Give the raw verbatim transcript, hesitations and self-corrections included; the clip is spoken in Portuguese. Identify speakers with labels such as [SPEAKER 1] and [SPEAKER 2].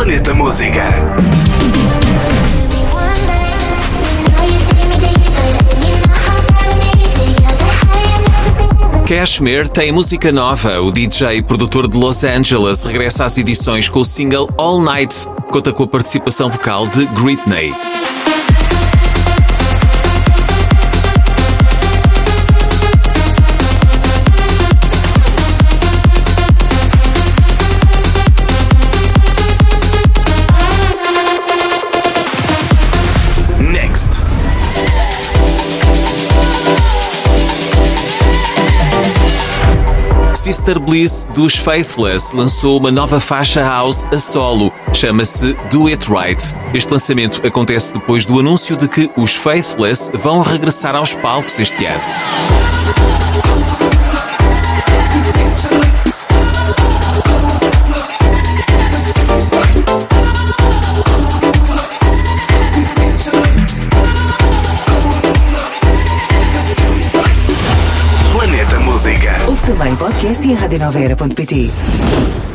[SPEAKER 1] Planeta Música.
[SPEAKER 2] Cashmere tem música nova. O D J e produtor de Los Angeles regressa às edições com o single All Night. Conta com a participação vocal de Britney. Sister Bliss dos Faithless lançou uma nova faixa house a solo, chama-se Do It Right. Este lançamento acontece depois do anúncio de que os Faithless vão regressar aos palcos este ano.
[SPEAKER 1] Planeta Música.
[SPEAKER 3] Ouve também podcast e em radionovera ponto pt.